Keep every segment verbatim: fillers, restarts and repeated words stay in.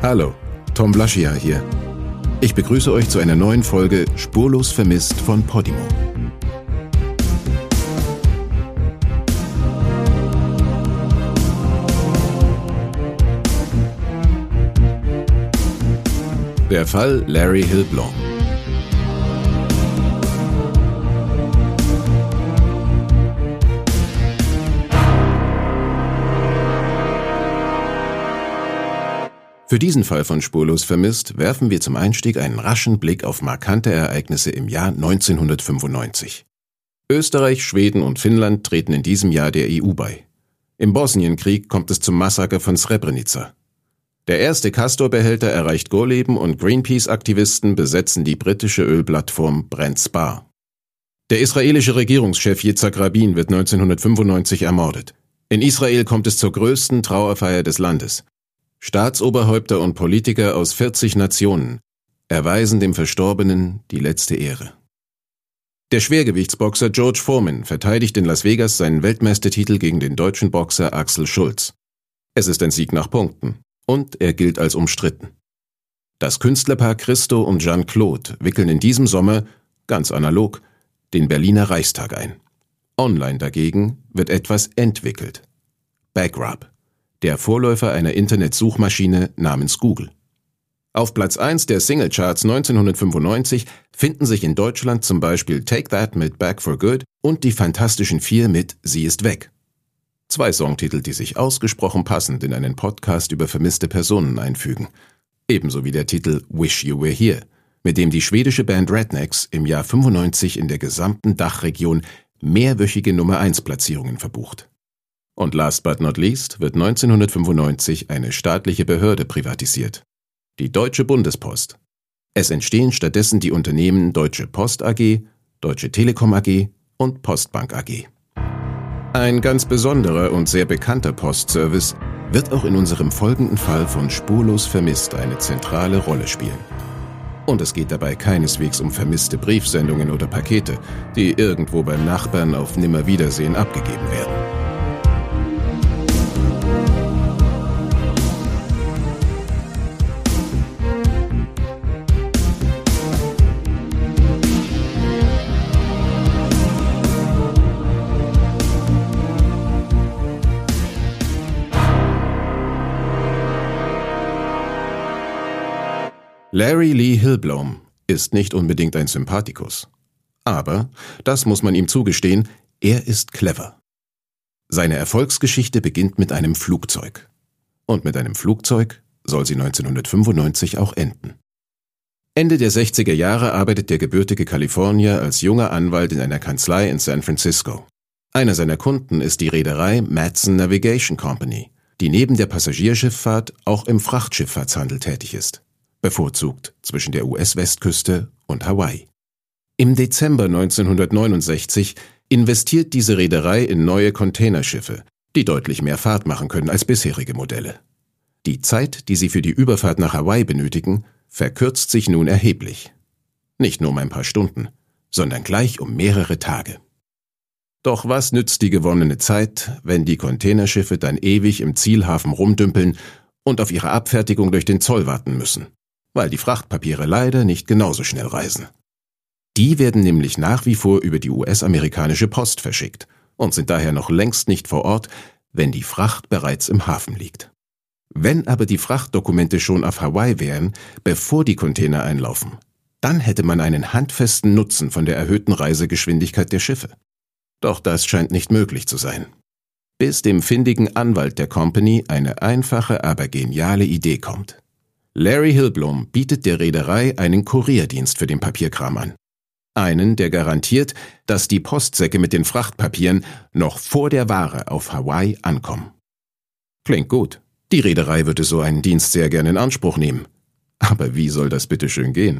Hallo, Tom Blaschia hier. Ich begrüße euch zu einer neuen Folge Spurlos vermisst von Podimo. Der Fall Larry Hillblom. Für diesen Fall von Spurlos vermisst werfen wir zum Einstieg einen raschen Blick auf markante Ereignisse im Jahr neunzehnhundertfünfundneunzig. Österreich, Schweden und Finnland treten in diesem Jahr der E U bei. Im Bosnienkrieg kommt es zum Massaker von Srebrenica. Der erste Castor-Behälter erreicht Gorleben und Greenpeace-Aktivisten besetzen die britische Ölplattform Brent Spar. Der israelische Regierungschef Yitzhak Rabin wird neunzehnhundertfünfundneunzig ermordet. In Israel kommt es zur größten Trauerfeier des Landes. Staatsoberhäupter und Politiker aus vierzig Nationen erweisen dem Verstorbenen die letzte Ehre. Der Schwergewichtsboxer George Foreman verteidigt in Las Vegas seinen Weltmeistertitel gegen den deutschen Boxer Axel Schulz. Es ist ein Sieg nach Punkten und er gilt als umstritten. Das Künstlerpaar Christo und Jeanne-Claude wickeln in diesem Sommer, ganz analog, den Berliner Reichstag ein. Online dagegen wird etwas entwickelt. Backrub, der Vorläufer einer Internetsuchmaschine namens Google. Auf Platz eins der Singlecharts neunzehnhundertfünfundneunzig finden sich in Deutschland zum Beispiel Take That mit Back for Good und die Fantastischen Vier mit Sie ist weg. Zwei Songtitel, die sich ausgesprochen passend in einen Podcast über vermisste Personen einfügen. Ebenso wie der Titel Wish You Were Here, mit dem die schwedische Band Rednecks im Jahr fünfundneunzig in der gesamten Dachregion mehrwöchige Nummer eins Platzierungen verbucht. Und last but not least wird neunzehnhundertfünfundneunzig eine staatliche Behörde privatisiert. Die Deutsche Bundespost. Es entstehen stattdessen die Unternehmen Deutsche Post A G, Deutsche Telekom A G und Postbank A G. Ein ganz besonderer und sehr bekannter Postservice wird auch in unserem folgenden Fall von Spurlos vermisst eine zentrale Rolle spielen. Und es geht dabei keineswegs um vermisste Briefsendungen oder Pakete, die irgendwo beim Nachbarn auf Nimmerwiedersehen abgegeben werden. Larry Lee Hillblom ist nicht unbedingt ein Sympathikus. Aber, das muss man ihm zugestehen, er ist clever. Seine Erfolgsgeschichte beginnt mit einem Flugzeug. Und mit einem Flugzeug soll sie neunzehnhundertfünfundneunzig auch enden. Ende der sechziger Jahre arbeitet der gebürtige Kalifornier als junger Anwalt in einer Kanzlei in San Francisco. Einer seiner Kunden ist die Reederei Matson Navigation Company, die neben der Passagierschifffahrt auch im Frachtschifffahrtshandel tätig ist. Bevorzugt zwischen der U S-Westküste und Hawaii. Im Dezember neunzehnhundertneunundsechzig investiert diese Reederei in neue Containerschiffe, die deutlich mehr Fahrt machen können als bisherige Modelle. Die Zeit, die sie für die Überfahrt nach Hawaii benötigen, verkürzt sich nun erheblich. Nicht nur um ein paar Stunden, sondern gleich um mehrere Tage. Doch was nützt die gewonnene Zeit, wenn die Containerschiffe dann ewig im Zielhafen rumdümpeln und auf ihre Abfertigung durch den Zoll warten müssen? Weil die Frachtpapiere leider nicht genauso schnell reisen. Die werden nämlich nach wie vor über die U S-amerikanische Post verschickt und sind daher noch längst nicht vor Ort, wenn die Fracht bereits im Hafen liegt. Wenn aber die Frachtdokumente schon auf Hawaii wären, bevor die Container einlaufen, dann hätte man einen handfesten Nutzen von der erhöhten Reisegeschwindigkeit der Schiffe. Doch das scheint nicht möglich zu sein. Bis dem findigen Anwalt der Company eine einfache, aber geniale Idee kommt. Larry Hillblom bietet der Reederei einen Kurierdienst für den Papierkram an. Einen, der garantiert, dass die Postsäcke mit den Frachtpapieren noch vor der Ware auf Hawaii ankommen. Klingt gut. Die Reederei würde so einen Dienst sehr gerne in Anspruch nehmen. Aber wie soll das bitteschön gehen?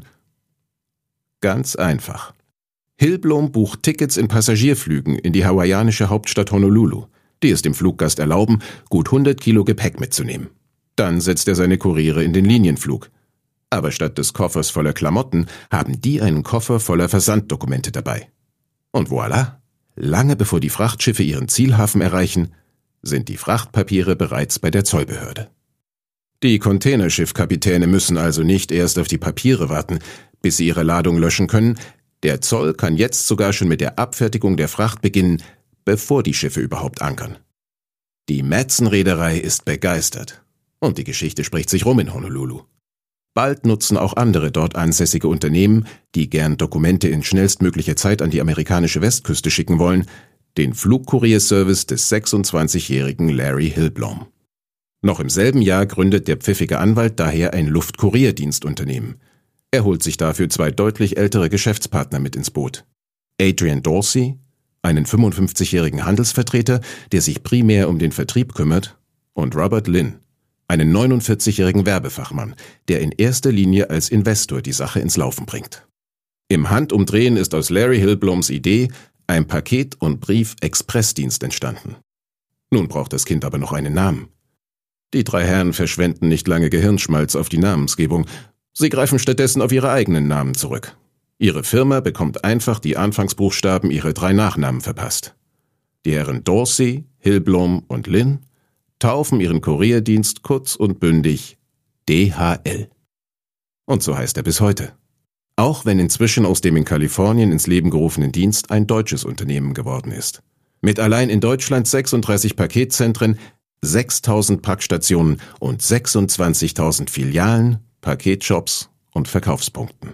Ganz einfach. Hillblom bucht Tickets in Passagierflügen in die hawaiianische Hauptstadt Honolulu, die es dem Fluggast erlauben, gut hundert Kilo Gepäck mitzunehmen. Dann setzt er seine Kuriere in den Linienflug. Aber statt des Koffers voller Klamotten haben die einen Koffer voller Versanddokumente dabei. Und voilà, lange bevor die Frachtschiffe ihren Zielhafen erreichen, sind die Frachtpapiere bereits bei der Zollbehörde. Die Containerschiffkapitäne müssen also nicht erst auf die Papiere warten, bis sie ihre Ladung löschen können. Der Zoll kann jetzt sogar schon mit der Abfertigung der Fracht beginnen, bevor die Schiffe überhaupt ankern. Die Matson-Reederei ist begeistert. Und die Geschichte spricht sich rum in Honolulu. Bald nutzen auch andere dort ansässige Unternehmen, die gern Dokumente in schnellstmöglicher Zeit an die amerikanische Westküste schicken wollen, den Flugkurierservice des sechsundzwanzigjährigen Larry Hillblom. Noch im selben Jahr gründet der pfiffige Anwalt daher ein Luftkurierdienstunternehmen. Er holt sich dafür zwei deutlich ältere Geschäftspartner mit ins Boot. Adrian Dorsey, einen fünfundfünfzigjährigen Handelsvertreter, der sich primär um den Vertrieb kümmert, und Robert Lynn, einen neunundvierzigjährigen Werbefachmann, der in erster Linie als Investor die Sache ins Laufen bringt. Im Handumdrehen ist aus Larry Hillbloms Idee ein Paket- und Brief-Expressdienst entstanden. Nun braucht das Kind aber noch einen Namen. Die drei Herren verschwenden nicht lange Gehirnschmalz auf die Namensgebung, sie greifen stattdessen auf ihre eigenen Namen zurück. Ihre Firma bekommt einfach die Anfangsbuchstaben ihrer drei Nachnamen verpasst. Die Herren Dorsey, Hillblom und Lynn taufen ihren Kurierdienst kurz und bündig D H L. Und so heißt er bis heute. Auch wenn inzwischen aus dem in Kalifornien ins Leben gerufenen Dienst ein deutsches Unternehmen geworden ist. Mit allein in Deutschland sechsunddreißig Paketzentren, sechstausend Packstationen und sechsundzwanzigtausend Filialen, Paketshops und Verkaufspunkten.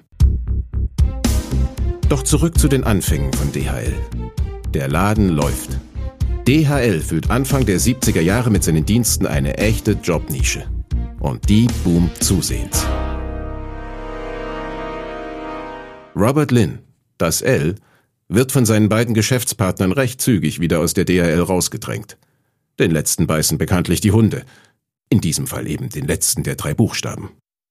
Doch zurück zu den Anfängen von D H L. Der Laden läuft. D H L füllt Anfang der siebziger Jahre mit seinen Diensten eine echte Jobnische. Und die boomt zusehends. Robert Lynn, das L, wird von seinen beiden Geschäftspartnern recht zügig wieder aus der D H L rausgedrängt. Den letzten beißen bekanntlich die Hunde. In diesem Fall eben den letzten der drei Buchstaben.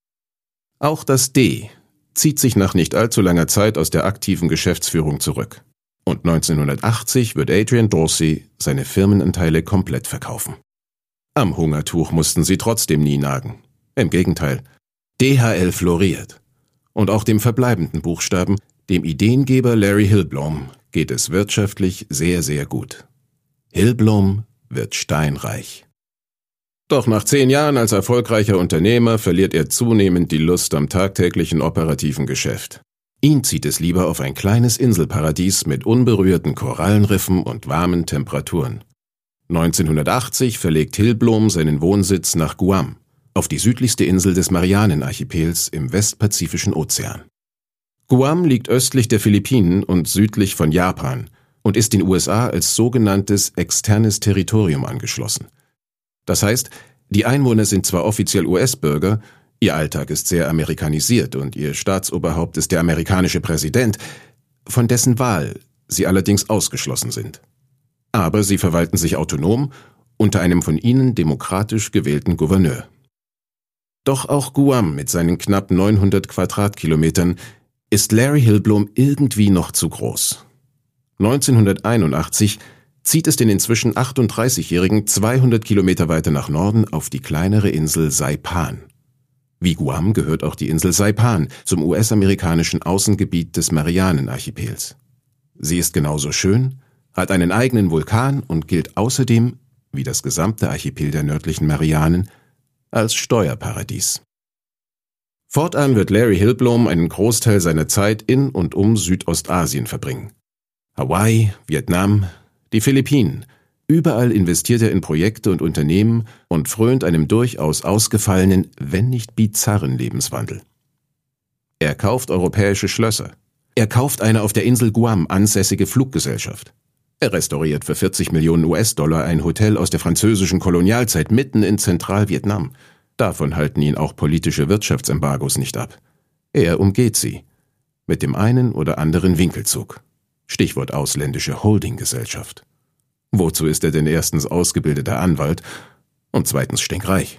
Auch das D zieht sich nach nicht allzu langer Zeit aus der aktiven Geschäftsführung zurück. Und neunzehnhundertachtzig wird Adrian Dorsey seine Firmenanteile komplett verkaufen. Am Hungertuch mussten sie trotzdem nie nagen. Im Gegenteil, D H L floriert. Und auch dem verbleibenden Buchstaben, dem Ideengeber Larry Hillblom, geht es wirtschaftlich sehr, sehr gut. Hillblom wird steinreich. Doch nach zehn Jahren als erfolgreicher Unternehmer verliert er zunehmend die Lust am tagtäglichen operativen Geschäft. Ihn zieht es lieber auf ein kleines Inselparadies mit unberührten Korallenriffen und warmen Temperaturen. neunzehnhundertachtzig verlegt Hillblom seinen Wohnsitz nach Guam, auf die südlichste Insel des Marianenarchipels im westpazifischen Ozean. Guam liegt östlich der Philippinen und südlich von Japan und ist den U S A als sogenanntes externes Territorium angeschlossen. Das heißt, die Einwohner sind zwar offiziell U S-Bürger, ihr Alltag ist sehr amerikanisiert und ihr Staatsoberhaupt ist der amerikanische Präsident, von dessen Wahl sie allerdings ausgeschlossen sind. Aber sie verwalten sich autonom unter einem von ihnen demokratisch gewählten Gouverneur. Doch auch Guam mit seinen knapp neunhundert Quadratkilometern ist Larry Hillblom irgendwie noch zu groß. neunzehnhunderteinundachtzig zieht es den inzwischen achtunddreißigjährigen zweihundert Kilometer weiter nach Norden auf die kleinere Insel Saipan. Wie Guam gehört auch die Insel Saipan zum U S-amerikanischen Außengebiet des Marianenarchipels. Sie ist genauso schön, hat einen eigenen Vulkan und gilt außerdem, wie das gesamte Archipel der nördlichen Marianen, als Steuerparadies. Fortan wird Larry Hillblom einen Großteil seiner Zeit in und um Südostasien verbringen. Hawaii, Vietnam, die Philippinen. Überall investiert er in Projekte und Unternehmen und frönt einem durchaus ausgefallenen, wenn nicht bizarren Lebenswandel. Er kauft europäische Schlösser. Er kauft eine auf der Insel Guam ansässige Fluggesellschaft. Er restauriert für vierzig Millionen U S-Dollar ein Hotel aus der französischen Kolonialzeit mitten in Zentralvietnam. Davon halten ihn auch politische Wirtschaftsembargos nicht ab. Er umgeht sie. Mit dem einen oder anderen Winkelzug. Stichwort ausländische Holdinggesellschaft. Wozu ist er denn erstens ausgebildeter Anwalt und zweitens stinkreich?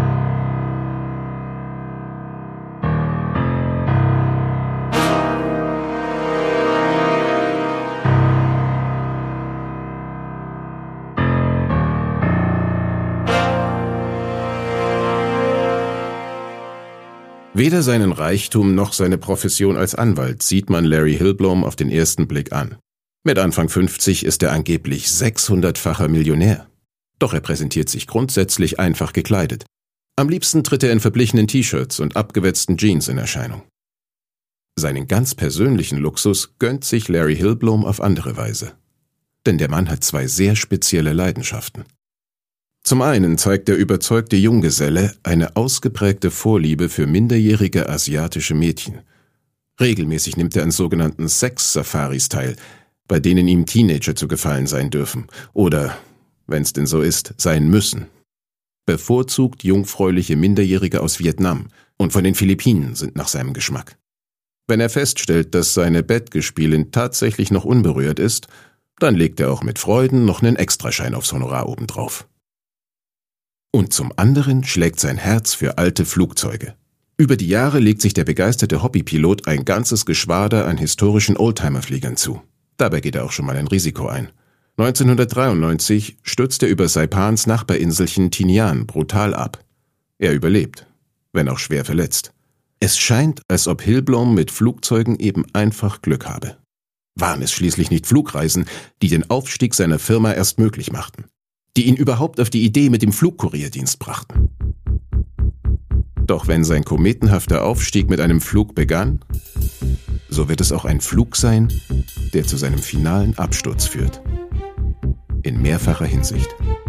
Weder seinen Reichtum noch seine Profession als Anwalt sieht man Larry Hillblom auf den ersten Blick an. Mit Anfang fünfzig ist er angeblich sechshundertfacher Millionär. Doch er präsentiert sich grundsätzlich einfach gekleidet. Am liebsten tritt er in verblichenen T-Shirts und abgewetzten Jeans in Erscheinung. Seinen ganz persönlichen Luxus gönnt sich Larry Hillblom auf andere Weise. Denn der Mann hat zwei sehr spezielle Leidenschaften. Zum einen zeigt der überzeugte Junggeselle eine ausgeprägte Vorliebe für minderjährige asiatische Mädchen. Regelmäßig nimmt er an sogenannten Sex-Safaris teil, bei denen ihm Teenager zu gefallen sein dürfen oder, wenn es denn so ist, sein müssen. Bevorzugt jungfräuliche Minderjährige aus Vietnam und von den Philippinen sind nach seinem Geschmack. Wenn er feststellt, dass seine Bettgespielin tatsächlich noch unberührt ist, dann legt er auch mit Freuden noch einen Extraschein aufs Honorar obendrauf. Und zum anderen schlägt sein Herz für alte Flugzeuge. Über die Jahre legt sich der begeisterte Hobbypilot ein ganzes Geschwader an historischen Oldtimer-Fliegern zu. Dabei geht er auch schon mal ein Risiko ein. neunzehnhundertdreiundneunzig stürzt er über Saipans Nachbarinselchen Tinian brutal ab. Er überlebt, wenn auch schwer verletzt. Es scheint, als ob Hillblom mit Flugzeugen eben einfach Glück habe. Waren es schließlich nicht Flugreisen, die den Aufstieg seiner Firma erst möglich machten, die ihn überhaupt auf die Idee mit dem Flugkurierdienst brachten? Doch wenn sein kometenhafter Aufstieg mit einem Flug begann, so wird es auch ein Flug sein, der zu seinem finalen Absturz führt. In mehrfacher Hinsicht.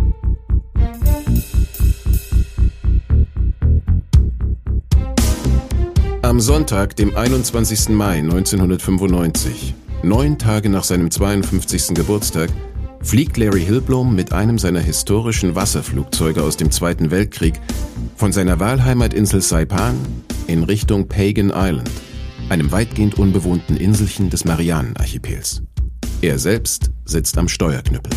Am Sonntag, dem einundzwanzigsten Mai neunzehnhundertfünfundneunzig, neun Tage nach seinem zweiundfünfzigsten Geburtstag, fliegt Larry Hillblom mit einem seiner historischen Wasserflugzeuge aus dem Zweiten Weltkrieg von seiner Wahlheimatinsel Saipan in Richtung Pagan Island, einem weitgehend unbewohnten Inselchen des Marianenarchipels. Er selbst sitzt am Steuerknüppel.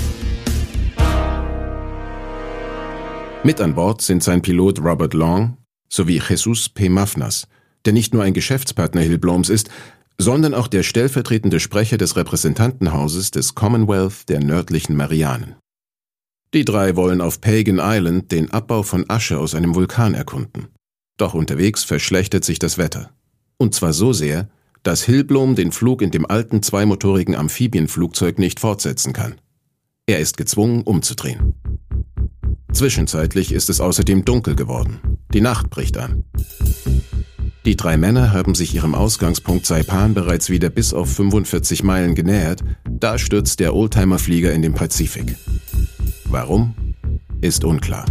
Mit an Bord sind sein Pilot Robert Long sowie Jesus P. Mafnas, der nicht nur ein Geschäftspartner Hillbloms ist, sondern auch der stellvertretende Sprecher des Repräsentantenhauses des Commonwealth der nördlichen Marianen. Die drei wollen auf Pagan Island den Abbau von Asche aus einem Vulkan erkunden. Doch unterwegs verschlechtert sich das Wetter. Und zwar so sehr, dass Hillblom den Flug in dem alten zweimotorigen Amphibienflugzeug nicht fortsetzen kann. Er ist gezwungen, umzudrehen. Zwischenzeitlich ist es außerdem dunkel geworden. Die Nacht bricht an. Die drei Männer haben sich ihrem Ausgangspunkt Saipan bereits wieder bis auf fünfundvierzig Meilen genähert, da stürzt der Oldtimer-Flieger in den Pazifik. Warum? Ist unklar.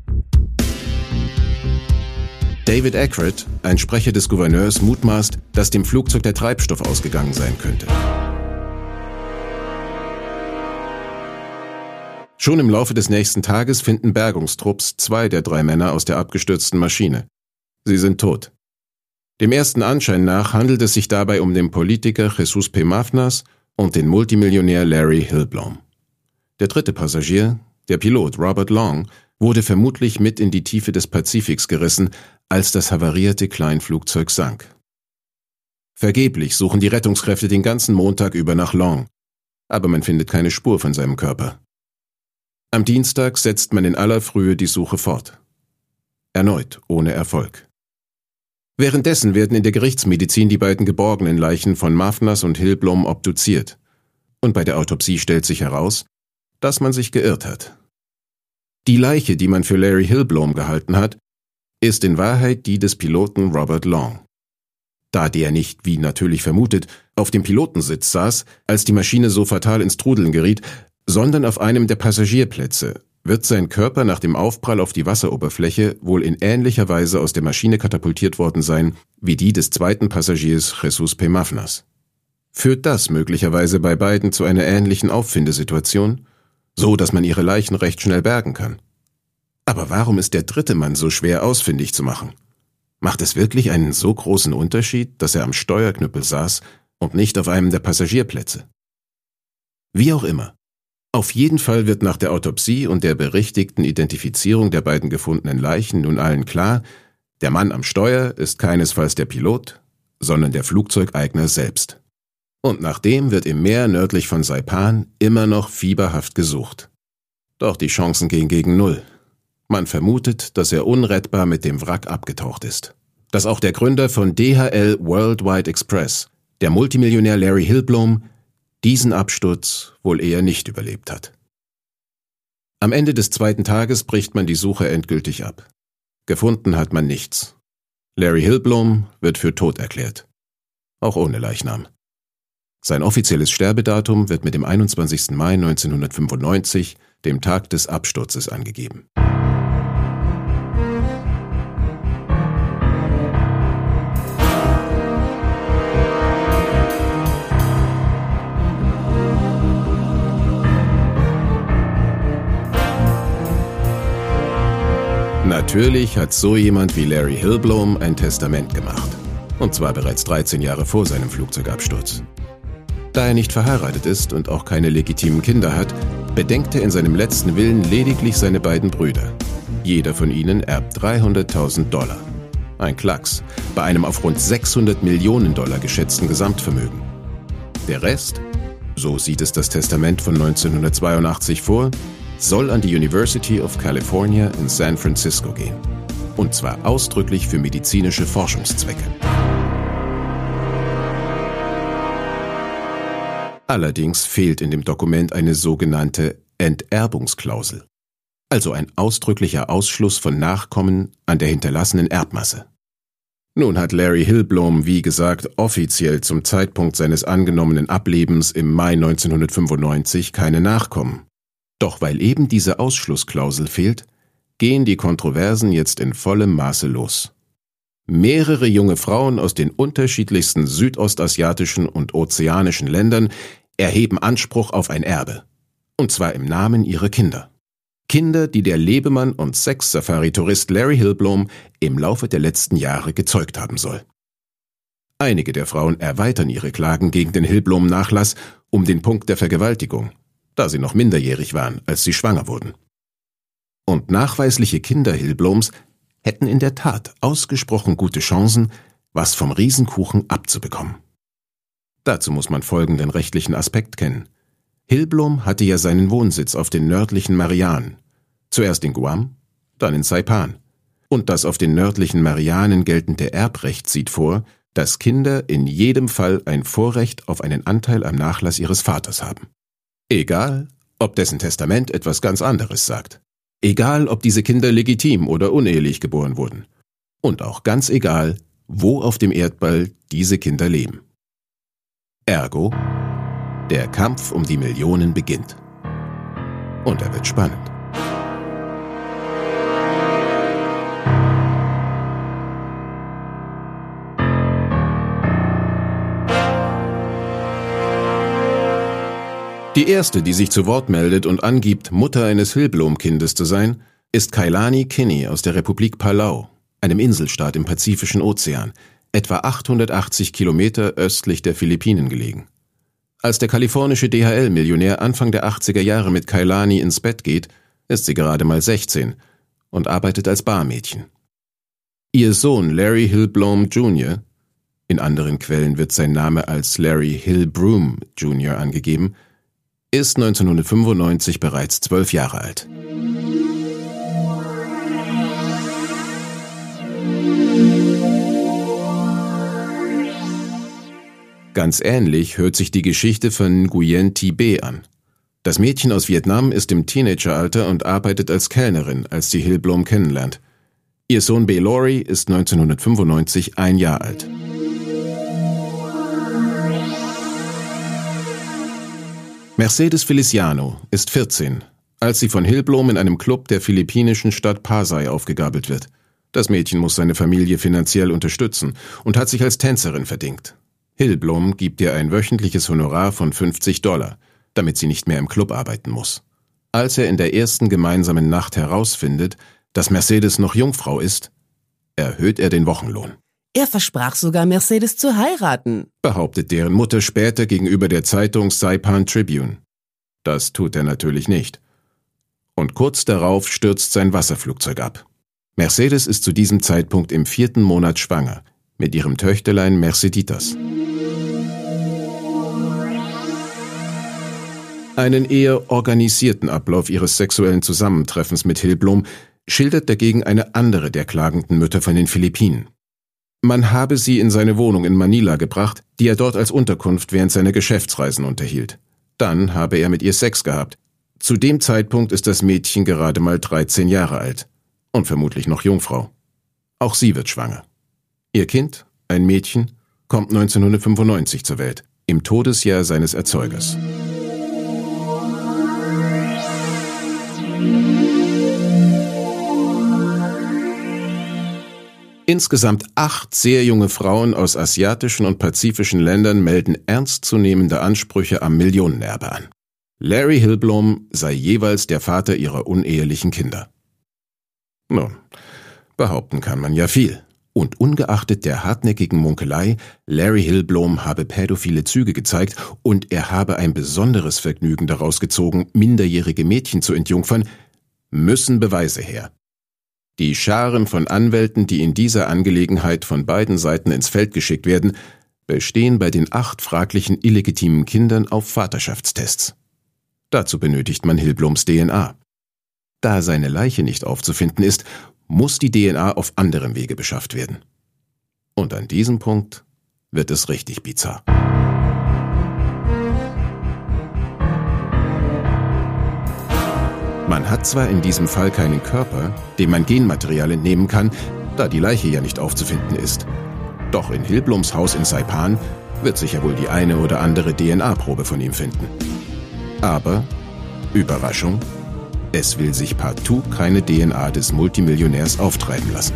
David Ackred, ein Sprecher des Gouverneurs, mutmaßt, dass dem Flugzeug der Treibstoff ausgegangen sein könnte. Schon im Laufe des nächsten Tages finden Bergungstrupps zwei der drei Männer aus der abgestürzten Maschine. Sie sind tot. Dem ersten Anschein nach handelt es sich dabei um den Politiker Jesus P. Mafnas und den Multimillionär Larry Hillblom. Der dritte Passagier, der Pilot Robert Long, wurde vermutlich mit in die Tiefe des Pazifiks gerissen, als das havarierte Kleinflugzeug sank. Vergeblich suchen die Rettungskräfte den ganzen Montag über nach Long, aber man findet keine Spur von seinem Körper. Am Dienstag setzt man in aller Frühe die Suche fort. Erneut ohne Erfolg. Währenddessen werden in der Gerichtsmedizin die beiden geborgenen Leichen von Mafnas und Hillblom obduziert. Und bei der Autopsie stellt sich heraus, dass man sich geirrt hat. Die Leiche, die man für Larry Hillblom gehalten hat, ist in Wahrheit die des Piloten Robert Long. Da der nicht, wie natürlich vermutet, auf dem Pilotensitz saß, als die Maschine so fatal ins Trudeln geriet, sondern auf einem der Passagierplätze, wird sein Körper nach dem Aufprall auf die Wasseroberfläche wohl in ähnlicher Weise aus der Maschine katapultiert worden sein, wie die des zweiten Passagiers Jesus P. Mafnas. Führt das möglicherweise bei beiden zu einer ähnlichen Auffindesituation, so dass man ihre Leichen recht schnell bergen kann? Aber warum ist der dritte Mann so schwer ausfindig zu machen? Macht es wirklich einen so großen Unterschied, dass er am Steuerknüppel saß und nicht auf einem der Passagierplätze? Wie auch immer. Auf jeden Fall wird nach der Autopsie und der berichtigten Identifizierung der beiden gefundenen Leichen nun allen klar, der Mann am Steuer ist keinesfalls der Pilot, sondern der Flugzeugeigner selbst. Und nach dem wird im Meer nördlich von Saipan immer noch fieberhaft gesucht. Doch die Chancen gehen gegen Null. Man vermutet, dass er unrettbar mit dem Wrack abgetaucht ist. Dass auch der Gründer von D H L Worldwide Express, der Multimillionär Larry Hillblom, diesen Absturz wohl eher nicht überlebt hat. Am Ende des zweiten Tages bricht man die Suche endgültig ab. Gefunden hat man nichts. Larry Hillblom wird für tot erklärt. Auch ohne Leichnam. Sein offizielles Sterbedatum wird mit dem einundzwanzigsten Mai neunzehnhundertfünfundneunzig, dem Tag des Absturzes, angegeben. Natürlich hat so jemand wie Larry Hillblom ein Testament gemacht. Und zwar bereits dreizehn Jahre vor seinem Flugzeugabsturz. Da er nicht verheiratet ist und auch keine legitimen Kinder hat, bedenkt er in seinem letzten Willen lediglich seine beiden Brüder. Jeder von ihnen erbt dreihunderttausend Dollar. Ein Klacks, bei einem auf rund sechshundert Millionen Dollar geschätzten Gesamtvermögen. Der Rest, so sieht es das Testament von neunzehnhundertzweiundachtzig vor, soll an die University of California in San Francisco gehen. Und zwar ausdrücklich für medizinische Forschungszwecke. Allerdings fehlt in dem Dokument eine sogenannte Enterbungsklausel, also ein ausdrücklicher Ausschluss von Nachkommen an der hinterlassenen Erbmasse. Nun hat Larry Hillblom, wie gesagt, offiziell zum Zeitpunkt seines angenommenen Ablebens im Mai neunzehnhundertfünfundneunzig keine Nachkommen. Doch weil eben diese Ausschlussklausel fehlt, gehen die Kontroversen jetzt in vollem Maße los. Mehrere junge Frauen aus den unterschiedlichsten südostasiatischen und ozeanischen Ländern erheben Anspruch auf ein Erbe. Und zwar im Namen ihrer Kinder. Kinder, die der Lebemann und Sex-Safari-Tourist Larry Hillblom im Laufe der letzten Jahre gezeugt haben soll. Einige der Frauen erweitern ihre Klagen gegen den Hillblom-Nachlass um den Punkt der Vergewaltigung, da sie noch minderjährig waren, als sie schwanger wurden. Und nachweisliche Kinder Hillbloms hätten in der Tat ausgesprochen gute Chancen, was vom Riesenkuchen abzubekommen. Dazu muss man folgenden rechtlichen Aspekt kennen. Hillblom hatte ja seinen Wohnsitz auf den nördlichen Marianen, zuerst in Guam, dann in Saipan. Und das auf den nördlichen Marianen geltende Erbrecht sieht vor, dass Kinder in jedem Fall ein Vorrecht auf einen Anteil am Nachlass ihres Vaters haben. Egal, ob dessen Testament etwas ganz anderes sagt. Egal, ob diese Kinder legitim oder unehelich geboren wurden. Und auch ganz egal, wo auf dem Erdball diese Kinder leben. Ergo, der Kampf um die Millionen beginnt. Und er wird spannend. Die erste, die sich zu Wort meldet und angibt, Mutter eines Hillblom-Kindes zu sein, ist Kailani Kinney aus der Republik Palau, einem Inselstaat im Pazifischen Ozean, etwa achthundertachtzig Kilometer östlich der Philippinen gelegen. Als der kalifornische D H L-Millionär Anfang der achtziger Jahre mit Kailani ins Bett geht, ist sie gerade mal sechzehn und arbeitet als Barmädchen. Ihr Sohn Larry Hillblom Junior, in anderen Quellen wird sein Name als Larry Hillbroom Junior angegeben, ist neunzehnhundertfünfundneunzig bereits zwölf Jahre alt. Ganz ähnlich hört sich die Geschichte von Nguyen Thi Be an. Das Mädchen aus Vietnam ist im Teenageralter und arbeitet als Kellnerin, als sie Hillblom kennenlernt. Ihr Sohn Be Laurie ist neunzehnhundertfünfundneunzig ein Jahr alt. Mercedes Feliciano ist vierzehn, als sie von Hillblom in einem Club der philippinischen Stadt Pasay aufgegabelt wird. Das Mädchen muss seine Familie finanziell unterstützen und hat sich als Tänzerin verdingt. Hillblom gibt ihr ein wöchentliches Honorar von fünfzig Dollar, damit sie nicht mehr im Club arbeiten muss. Als er in der ersten gemeinsamen Nacht herausfindet, dass Mercedes noch Jungfrau ist, erhöht er den Wochenlohn. Er versprach sogar, Mercedes zu heiraten, behauptet deren Mutter später gegenüber der Zeitung Saipan Tribune. Das tut er natürlich nicht. Und kurz darauf stürzt sein Wasserflugzeug ab. Mercedes ist zu diesem Zeitpunkt im vierten Monat schwanger, mit ihrem Töchterlein Merceditas. Einen eher organisierten Ablauf ihres sexuellen Zusammentreffens mit Hillblom schildert dagegen eine andere der klagenden Mütter von den Philippinen. Man habe sie in seine Wohnung in Manila gebracht, die er dort als Unterkunft während seiner Geschäftsreisen unterhielt. Dann habe er mit ihr Sex gehabt. Zu dem Zeitpunkt ist das Mädchen gerade mal dreizehn Jahre alt. und vermutlich noch Jungfrau. Auch sie wird schwanger. Ihr Kind, ein Mädchen, kommt neunzehnhundertfünfundneunzig zur Welt, im Todesjahr seines Erzeugers. Insgesamt acht sehr junge Frauen aus asiatischen und pazifischen Ländern melden ernstzunehmende Ansprüche am Millionenerbe an. Larry Hillblom sei jeweils der Vater ihrer unehelichen Kinder. Nun, behaupten kann man ja viel. Und ungeachtet der hartnäckigen Munkelei, Larry Hillblom habe pädophile Züge gezeigt und er habe ein besonderes Vergnügen daraus gezogen, minderjährige Mädchen zu entjungfern, müssen Beweise her. Die Scharen von Anwälten, die in dieser Angelegenheit von beiden Seiten ins Feld geschickt werden, bestehen bei den acht fraglichen illegitimen Kindern auf Vaterschaftstests. Dazu benötigt man Hillbloms D N A. Da seine Leiche nicht aufzufinden ist, muss die D N A auf anderem Wege beschafft werden. Und an diesem Punkt wird es richtig bizarr. Man hat zwar in diesem Fall keinen Körper, dem man Genmaterial entnehmen kann, da die Leiche ja nicht aufzufinden ist. Doch in Hillbloms Haus in Saipan wird sicher wohl die eine oder andere D N A-Probe von ihm finden. Aber, Überraschung, es will sich partout keine D N A des Multimillionärs auftreiben lassen.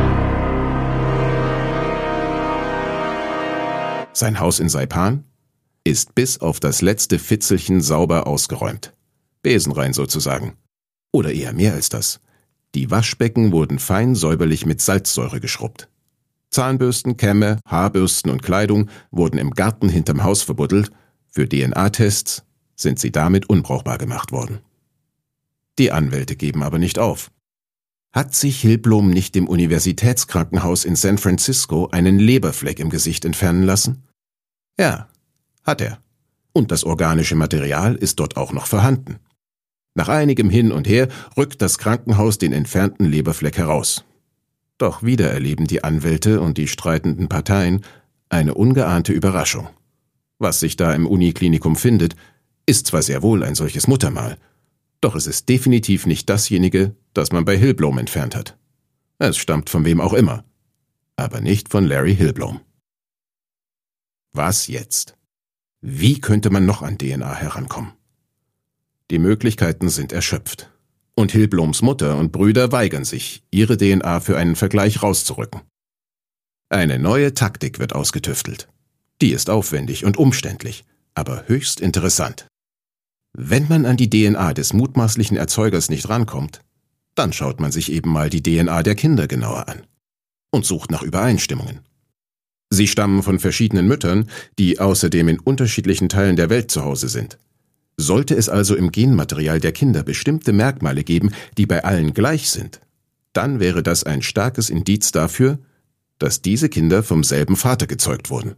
Sein Haus in Saipan ist bis auf das letzte Fitzelchen sauber ausgeräumt. Besenrein sozusagen. Oder eher mehr als das. Die Waschbecken wurden fein säuberlich mit Salzsäure geschrubbt. Zahnbürsten, Kämme, Haarbürsten und Kleidung wurden im Garten hinterm Haus verbuddelt. Für D N A-Tests sind sie damit unbrauchbar gemacht worden. Die Anwälte geben aber nicht auf. Hat sich Hillblom nicht im Universitätskrankenhaus in San Francisco einen Leberfleck im Gesicht entfernen lassen? Ja, hat er. Und das organische Material ist dort auch noch vorhanden. Nach einigem Hin und Her rückt das Krankenhaus den entfernten Leberfleck heraus. Doch wieder erleben die Anwälte und die streitenden Parteien eine ungeahnte Überraschung. Was sich da im Uniklinikum findet, ist zwar sehr wohl ein solches Muttermal, doch es ist definitiv nicht dasjenige, das man bei Hillblom entfernt hat. Es stammt von wem auch immer, aber nicht von Larry Hillblom. Was jetzt? Wie könnte man noch an D N A herankommen? Die Möglichkeiten sind erschöpft. Und Hillbloms Mutter und Brüder weigern sich, ihre D N A für einen Vergleich rauszurücken. Eine neue Taktik wird ausgetüftelt. Die ist aufwendig und umständlich, aber höchst interessant. Wenn man an die D N A des mutmaßlichen Erzeugers nicht rankommt, dann schaut man sich eben mal die D N A der Kinder genauer an und sucht nach Übereinstimmungen. Sie stammen von verschiedenen Müttern, die außerdem in unterschiedlichen Teilen der Welt zu Hause sind. Sollte es also im Genmaterial der Kinder bestimmte Merkmale geben, die bei allen gleich sind, dann wäre das ein starkes Indiz dafür, dass diese Kinder vom selben Vater gezeugt wurden.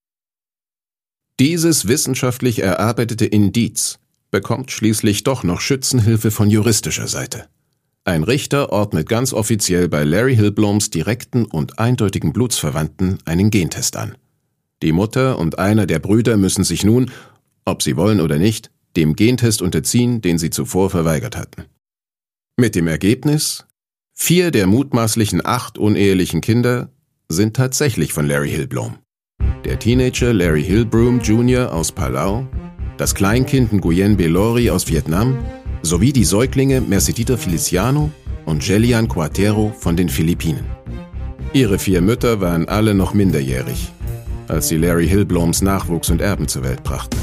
Dieses wissenschaftlich erarbeitete Indiz bekommt schließlich doch noch Schützenhilfe von juristischer Seite. Ein Richter ordnet ganz offiziell bei Larry Hillbloms direkten und eindeutigen Blutsverwandten einen Gentest an. Die Mutter und einer der Brüder müssen sich nun, ob sie wollen oder nicht, dem Gentest unterziehen, den sie zuvor verweigert hatten. Mit dem Ergebnis: Vier der mutmaßlichen acht unehelichen Kinder sind tatsächlich von Larry Hillblom. Der Teenager Larry Hillblom Junior aus Palau, das Kleinkind Nguyen Belori aus Vietnam sowie die Säuglinge Mercedita Feliciano und Jelian Cuatero von den Philippinen. Ihre vier Mütter waren alle noch minderjährig, als sie Larry Hillbloms Nachwuchs und Erben zur Welt brachten.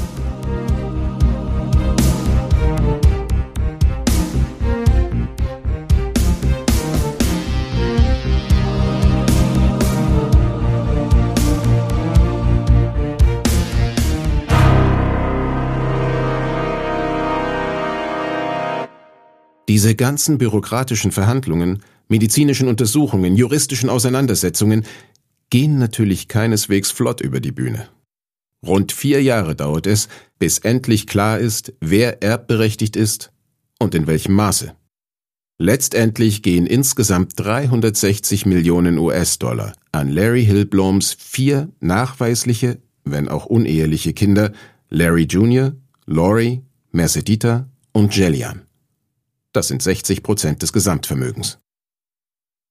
Diese ganzen bürokratischen Verhandlungen, medizinischen Untersuchungen, juristischen Auseinandersetzungen gehen natürlich keineswegs flott über die Bühne. Rund vier Jahre dauert es, bis endlich klar ist, wer erbberechtigt ist und in welchem Maße. Letztendlich gehen insgesamt dreihundertsechzig Millionen U S-Dollar an Larry Hillbloms vier nachweisliche, wenn auch uneheliche Kinder, Larry Junior, Lori, Mercedita und Jelian. Das sind sechzig Prozent des Gesamtvermögens.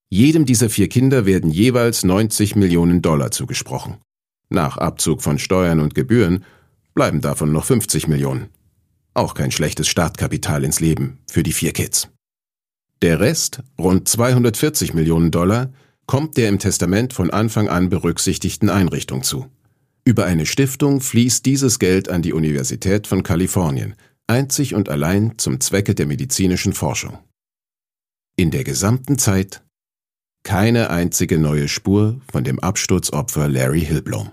Jedem dieser vier Kinder werden jeweils neunzig Millionen Dollar zugesprochen. Nach Abzug von Steuern und Gebühren bleiben davon noch fünfzig Millionen. Auch kein schlechtes Startkapital ins Leben für die vier Kids. Der Rest, rund zweihundertvierzig Millionen Dollar, kommt der im Testament von Anfang an berücksichtigten Einrichtung zu. Über eine Stiftung fließt dieses Geld an die Universität von Kalifornien, einzig und allein zum Zwecke der medizinischen Forschung. In der gesamten Zeit keine einzige neue Spur von dem Absturzopfer Larry Hillblom.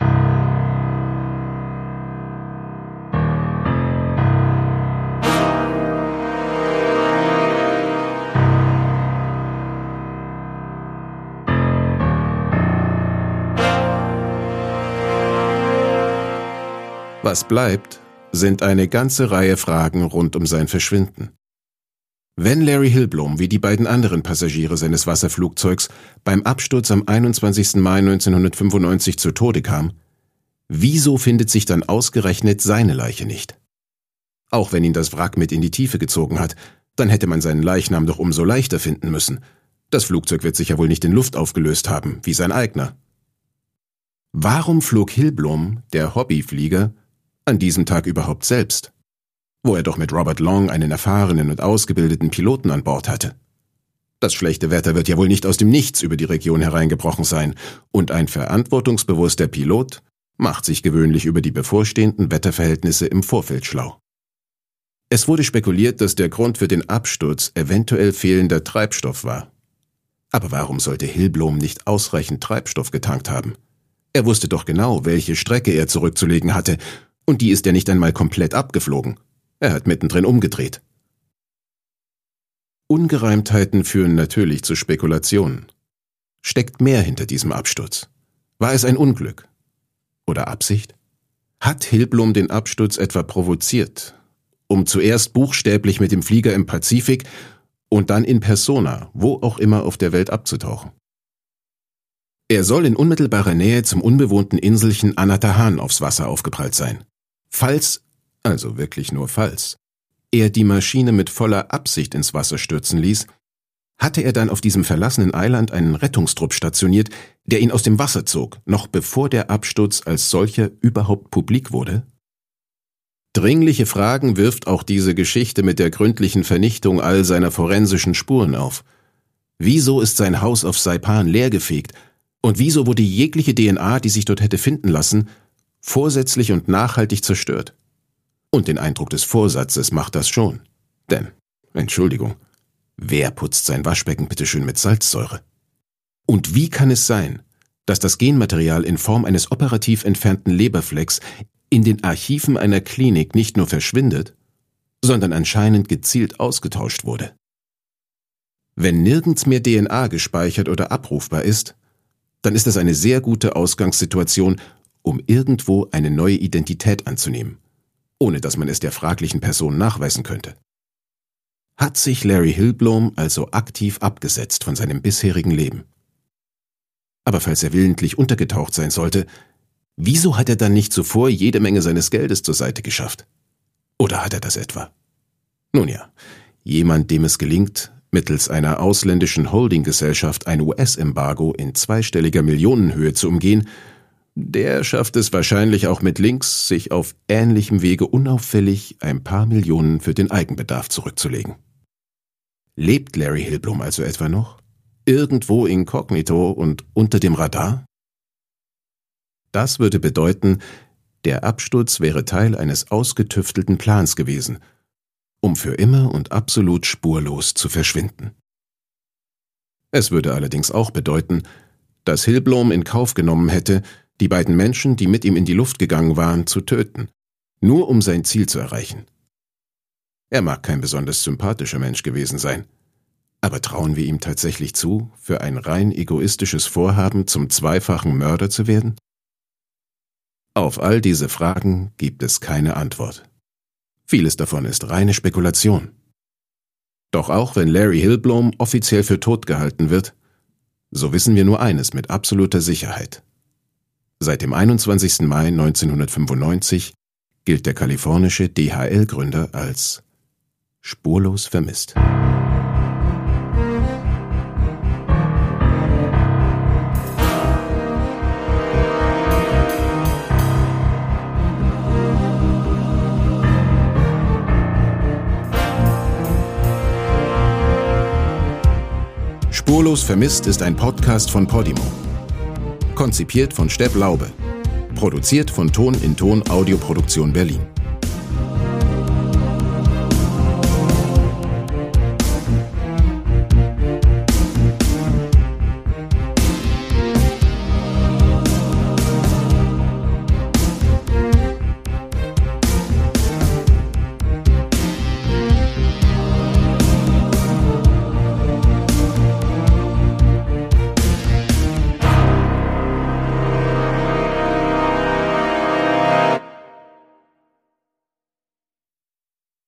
Was bleibt, sind eine ganze Reihe Fragen rund um sein Verschwinden. Wenn Larry Hillblom wie die beiden anderen Passagiere seines Wasserflugzeugs beim Absturz am einundzwanzigsten Mai neunzehnhundertfünfundneunzig zu Tode kam, wieso findet sich dann ausgerechnet seine Leiche nicht? Auch wenn ihn das Wrack mit in die Tiefe gezogen hat, dann hätte man seinen Leichnam doch umso leichter finden müssen. Das Flugzeug wird sich ja wohl nicht in Luft aufgelöst haben, wie sein eigener. Warum flog Hillblom, der Hobbyflieger, an diesem Tag überhaupt selbst, wo er doch mit Robert Long einen erfahrenen und ausgebildeten Piloten an Bord hatte? Das schlechte Wetter wird ja wohl nicht aus dem Nichts über die Region hereingebrochen sein, und ein verantwortungsbewusster Pilot macht sich gewöhnlich über die bevorstehenden Wetterverhältnisse im Vorfeld schlau. Es wurde spekuliert, dass der Grund für den Absturz eventuell fehlender Treibstoff war. Aber warum sollte Hillblom nicht ausreichend Treibstoff getankt haben? Er wusste doch genau, welche Strecke er zurückzulegen hatte, und die ist ja nicht einmal komplett abgeflogen. Er hat mittendrin umgedreht. Ungereimtheiten führen natürlich zu Spekulationen. Steckt mehr hinter diesem Absturz? War es ein Unglück? Oder Absicht? Hat Hillblom den Absturz etwa provoziert, um zuerst buchstäblich mit dem Flieger im Pazifik und dann in persona, wo auch immer auf der Welt abzutauchen? Er soll in unmittelbarer Nähe zum unbewohnten Inselchen Anatahan aufs Wasser aufgeprallt sein. Falls, also wirklich nur falls, er die Maschine mit voller Absicht ins Wasser stürzen ließ, hatte er dann auf diesem verlassenen Eiland einen Rettungstrupp stationiert, der ihn aus dem Wasser zog, noch bevor der Absturz als solcher überhaupt publik wurde? Dringliche Fragen wirft auch diese Geschichte mit der gründlichen Vernichtung all seiner forensischen Spuren auf. Wieso ist sein Haus auf Saipan leergefegt? Und wieso wurde jegliche D N A, die sich dort hätte finden lassen, vorsätzlich und nachhaltig zerstört? Und den Eindruck des Vorsatzes macht das schon. Denn, Entschuldigung, wer putzt sein Waschbecken bitteschön mit Salzsäure? Und wie kann es sein, dass das Genmaterial in Form eines operativ entfernten Leberflecks in den Archiven einer Klinik nicht nur verschwindet, sondern anscheinend gezielt ausgetauscht wurde? Wenn nirgends mehr D N A gespeichert oder abrufbar ist, dann ist das eine sehr gute Ausgangssituation, um irgendwo eine neue Identität anzunehmen, ohne dass man es der fraglichen Person nachweisen könnte. Hat sich Larry Hillblom also aktiv abgesetzt von seinem bisherigen Leben? Aber falls er willentlich untergetaucht sein sollte, wieso hat er dann nicht zuvor jede Menge seines Geldes zur Seite geschafft? Oder hat er das etwa? Nun ja, jemand, dem es gelingt, mittels einer ausländischen Holdinggesellschaft ein U S-Embargo in zweistelliger Millionenhöhe zu umgehen, der schafft es wahrscheinlich auch mit Links, sich auf ähnlichem Wege unauffällig ein paar Millionen für den Eigenbedarf zurückzulegen. Lebt Larry Hillblom also etwa noch? Irgendwo inkognito und unter dem Radar? Das würde bedeuten, der Absturz wäre Teil eines ausgetüftelten Plans gewesen, um für immer und absolut spurlos zu verschwinden. Es würde allerdings auch bedeuten, dass Hillblom in Kauf genommen hätte, die beiden Menschen, die mit ihm in die Luft gegangen waren, zu töten, nur um sein Ziel zu erreichen. Er mag kein besonders sympathischer Mensch gewesen sein, aber trauen wir ihm tatsächlich zu, für ein rein egoistisches Vorhaben zum zweifachen Mörder zu werden? Auf all diese Fragen gibt es keine Antwort. Vieles davon ist reine Spekulation. Doch auch wenn Larry Hillblom offiziell für tot gehalten wird, so wissen wir nur eines mit absoluter Sicherheit. Seit dem einundzwanzigsten Mai neunzehnhundertfünfundneunzig gilt der kalifornische D H L-Gründer als spurlos vermisst. Spurlos vermisst ist ein Podcast von Podimo. Konzipiert von Stepp Laube. Produziert von Ton in Ton Audioproduktion Berlin.